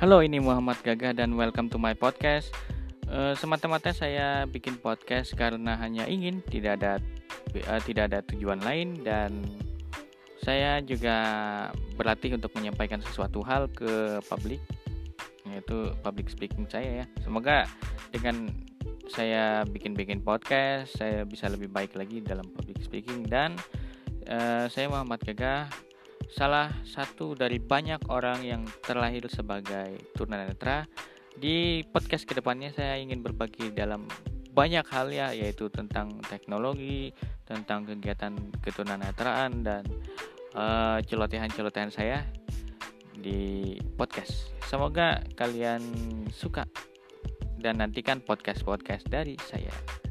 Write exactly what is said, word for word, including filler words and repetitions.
Halo, ini Muhammad Gagah dan welcome to my podcast. Eh, semata-mata saya bikin podcast karena hanya ingin, tidak ada eh, tidak ada tujuan lain, dan saya juga berlatih untuk menyampaikan sesuatu hal ke publik, yaitu public speaking saya ya. Semoga dengan saya bikin-bikin podcast, saya bisa lebih baik lagi dalam public speaking. Dan eh, saya Muhammad Gagah, salah satu dari banyak orang yang terlahir sebagai tunanetra. Di podcast kedepannya saya ingin berbagi dalam banyak hal ya, yaitu tentang teknologi, tentang kegiatan ketunanetraan, dan uh, celotehan-celotehan saya di podcast. Semoga kalian suka dan nantikan podcast-podcast dari saya.